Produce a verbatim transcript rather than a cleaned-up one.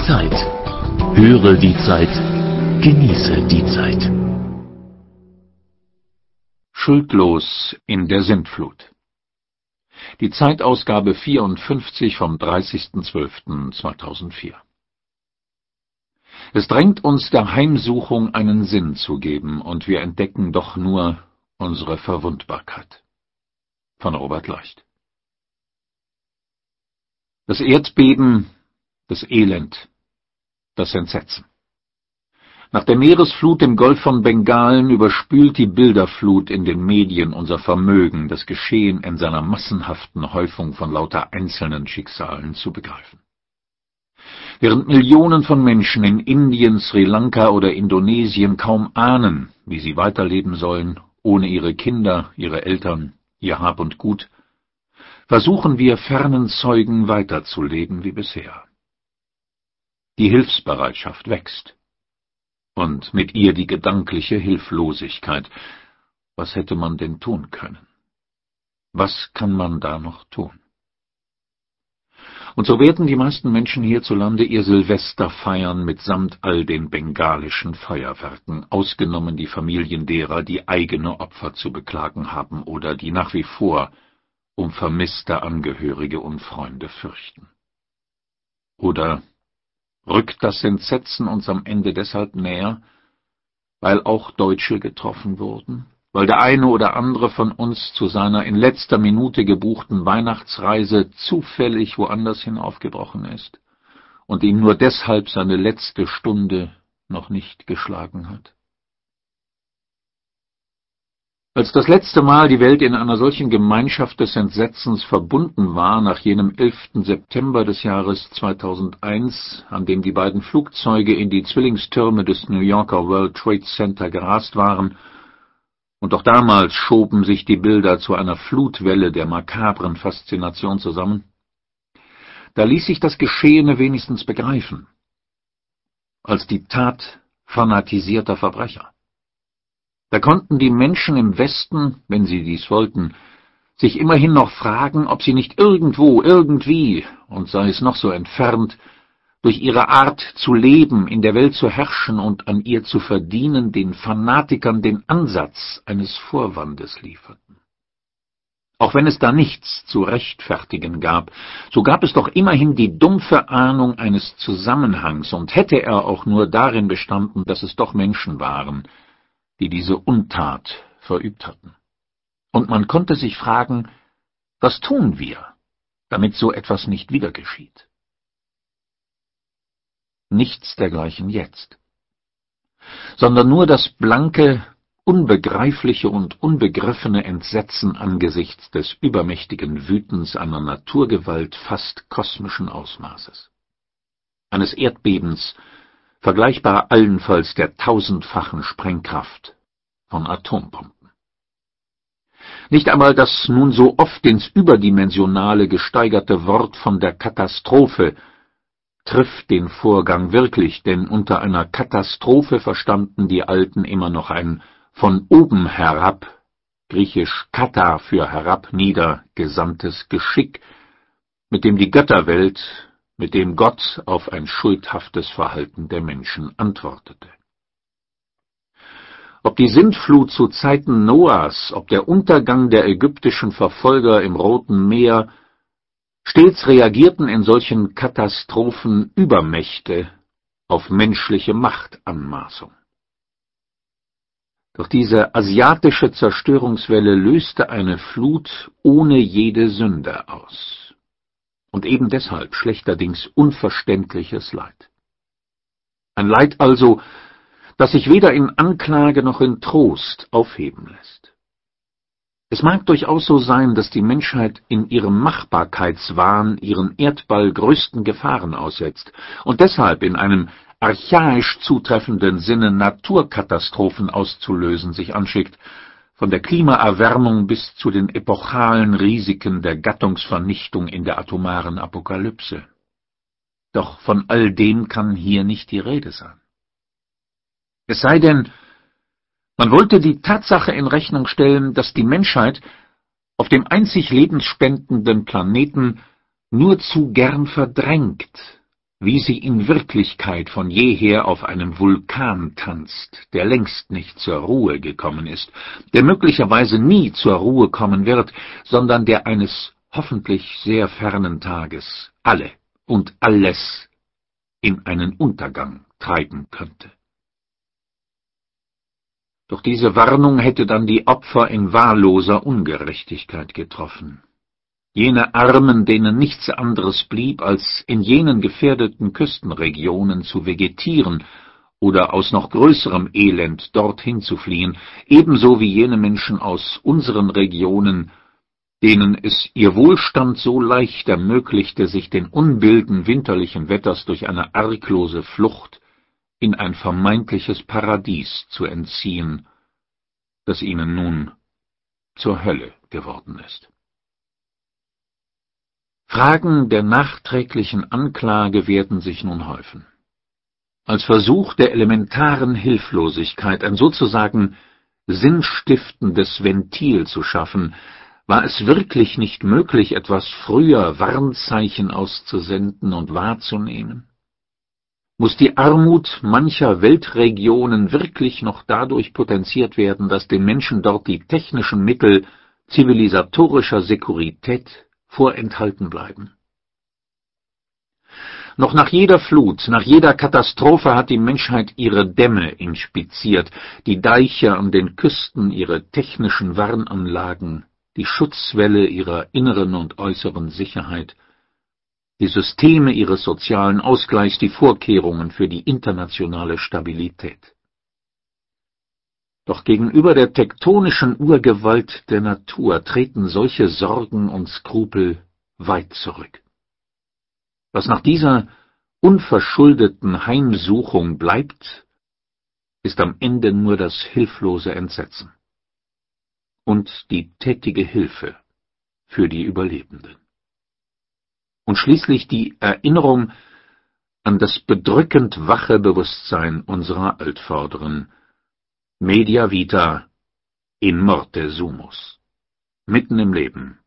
Zeit. Höre die Zeit. Genieße die Zeit. Schuldlos in der Sintflut. Die Zeitausgabe vierundfünfzig vom dreißigsten zwölften zweitausendvier. Es drängt uns der Heimsuchung einen Sinn zu geben, und wir entdecken doch nur unsere Verwundbarkeit. Von Robert Leicht. Das Erdbeben, das Elend, das Entsetzen. Nach der Meeresflut im Golf von Bengalen überspült die Bilderflut in den Medien unser Vermögen, das Geschehen in seiner massenhaften Häufung von lauter einzelnen Schicksalen zu begreifen. Während Millionen von Menschen in Indien, Sri Lanka oder Indonesien kaum ahnen, wie sie weiterleben sollen, ohne ihre Kinder, ihre Eltern, ihr Hab und Gut, versuchen wir fernen Zeugen weiterzuleben wie bisher. Die Hilfsbereitschaft wächst. Und mit ihr die gedankliche Hilflosigkeit. Was hätte man denn tun können? Was kann man da noch tun? Und so werden die meisten Menschen hierzulande ihr Silvester feiern mitsamt all den bengalischen Feuerwerken, ausgenommen die Familien derer, die eigene Opfer zu beklagen haben oder die nach wie vor um vermisste Angehörige und Freunde fürchten. Oder rückt das Entsetzen uns am Ende deshalb näher, weil auch Deutsche getroffen wurden, weil der eine oder andere von uns zu seiner in letzter Minute gebuchten Weihnachtsreise zufällig woanders hin aufgebrochen ist und ihm nur deshalb seine letzte Stunde noch nicht geschlagen hat? Als das letzte Mal die Welt in einer solchen Gemeinschaft des Entsetzens verbunden war, nach jenem elften September des Jahres zweitausendeins, an dem die beiden Flugzeuge in die Zwillingstürme des New Yorker World Trade Center gerast waren, und auch damals schoben sich die Bilder zu einer Flutwelle der makabren Faszination zusammen, da ließ sich das Geschehene wenigstens begreifen, als die Tat fanatisierter Verbrecher. Da konnten die Menschen im Westen, wenn sie dies wollten, sich immerhin noch fragen, ob sie nicht irgendwo, irgendwie, und sei es noch so entfernt, durch ihre Art zu leben, in der Welt zu herrschen und an ihr zu verdienen, den Fanatikern den Ansatz eines Vorwandes lieferten. Auch wenn es da nichts zu rechtfertigen gab, so gab es doch immerhin die dumpfe Ahnung eines Zusammenhangs, und hätte er auch nur darin bestanden, dass es doch Menschen waren, die diese Untat verübt hatten. Und man konnte sich fragen, was tun wir, damit so etwas nicht wieder geschieht? Nichts dergleichen jetzt, sondern nur das blanke, unbegreifliche und unbegriffene Entsetzen angesichts des übermächtigen Wütens einer Naturgewalt fast kosmischen Ausmaßes. Eines Erdbebens, vergleichbar allenfalls der tausendfachen Sprengkraft von Atombomben. Nicht einmal das nun so oft ins Überdimensionale gesteigerte Wort von der Katastrophe trifft den Vorgang wirklich, denn unter einer Katastrophe verstanden die Alten immer noch ein von oben herab, griechisch kata für herab, nieder, gesandtes Geschick, mit dem die Götterwelt, mit dem Gott auf ein schuldhaftes Verhalten der Menschen antwortete. Ob die Sintflut zu Zeiten Noahs, ob der Untergang der ägyptischen Verfolger im Roten Meer, stets reagierten in solchen Katastrophen Übermächte auf menschliche Machtanmaßung. Doch diese asiatische Zerstörungswelle löste eine Flut ohne jede Sünde aus. Und eben deshalb schlechterdings unverständliches Leid. Ein Leid also, das sich weder in Anklage noch in Trost aufheben lässt. Es mag durchaus so sein, dass die Menschheit in ihrem Machbarkeitswahn ihren Erdball größten Gefahren aussetzt und deshalb in einem archaisch zutreffenden Sinne Naturkatastrophen auszulösen sich anschickt, von der Klimaerwärmung bis zu den epochalen Risiken der Gattungsvernichtung in der atomaren Apokalypse. Doch von all dem kann hier nicht die Rede sein. Es sei denn, man wollte die Tatsache in Rechnung stellen, dass die Menschheit auf dem einzig lebensspendenden Planeten nur zu gern verdrängt, wie sie in Wirklichkeit von jeher auf einem Vulkan tanzt, der längst nicht zur Ruhe gekommen ist, der möglicherweise nie zur Ruhe kommen wird, sondern der eines hoffentlich sehr fernen Tages alle und alles in einen Untergang treiben könnte. Doch diese Warnung hätte dann die Opfer in wahlloser Ungerechtigkeit getroffen. Jene Armen, denen nichts anderes blieb, als in jenen gefährdeten Küstenregionen zu vegetieren oder aus noch größerem Elend dorthin zu fliehen, ebenso wie jene Menschen aus unseren Regionen, denen es ihr Wohlstand so leicht ermöglichte, sich den Unbilden winterlichen Wetters durch eine arglose Flucht in ein vermeintliches Paradies zu entziehen, das ihnen nun zur Hölle geworden ist. Fragen der nachträglichen Anklage werden sich nun häufen. Als Versuch der elementaren Hilflosigkeit ein sozusagen sinnstiftendes Ventil zu schaffen, war es wirklich nicht möglich, etwas früher Warnzeichen auszusenden und wahrzunehmen? Muss die Armut mancher Weltregionen wirklich noch dadurch potenziert werden, dass den Menschen dort die technischen Mittel zivilisatorischer Sekurität vorenthalten bleiben? Noch nach jeder Flut, nach jeder Katastrophe hat die Menschheit ihre Dämme inspiziert, die Deiche an den Küsten, ihre technischen Warnanlagen, die Schutzwälle ihrer inneren und äußeren Sicherheit, die Systeme ihres sozialen Ausgleichs, die Vorkehrungen für die internationale Stabilität. Doch gegenüber der tektonischen Urgewalt der Natur treten solche Sorgen und Skrupel weit zurück. Was nach dieser unverschuldeten Heimsuchung bleibt, ist am Ende nur das hilflose Entsetzen und die tätige Hilfe für die Überlebenden. Und schließlich die Erinnerung an das bedrückend wache Bewusstsein unserer Altvorderen. Media vita in morte sumus. Mitten im Leben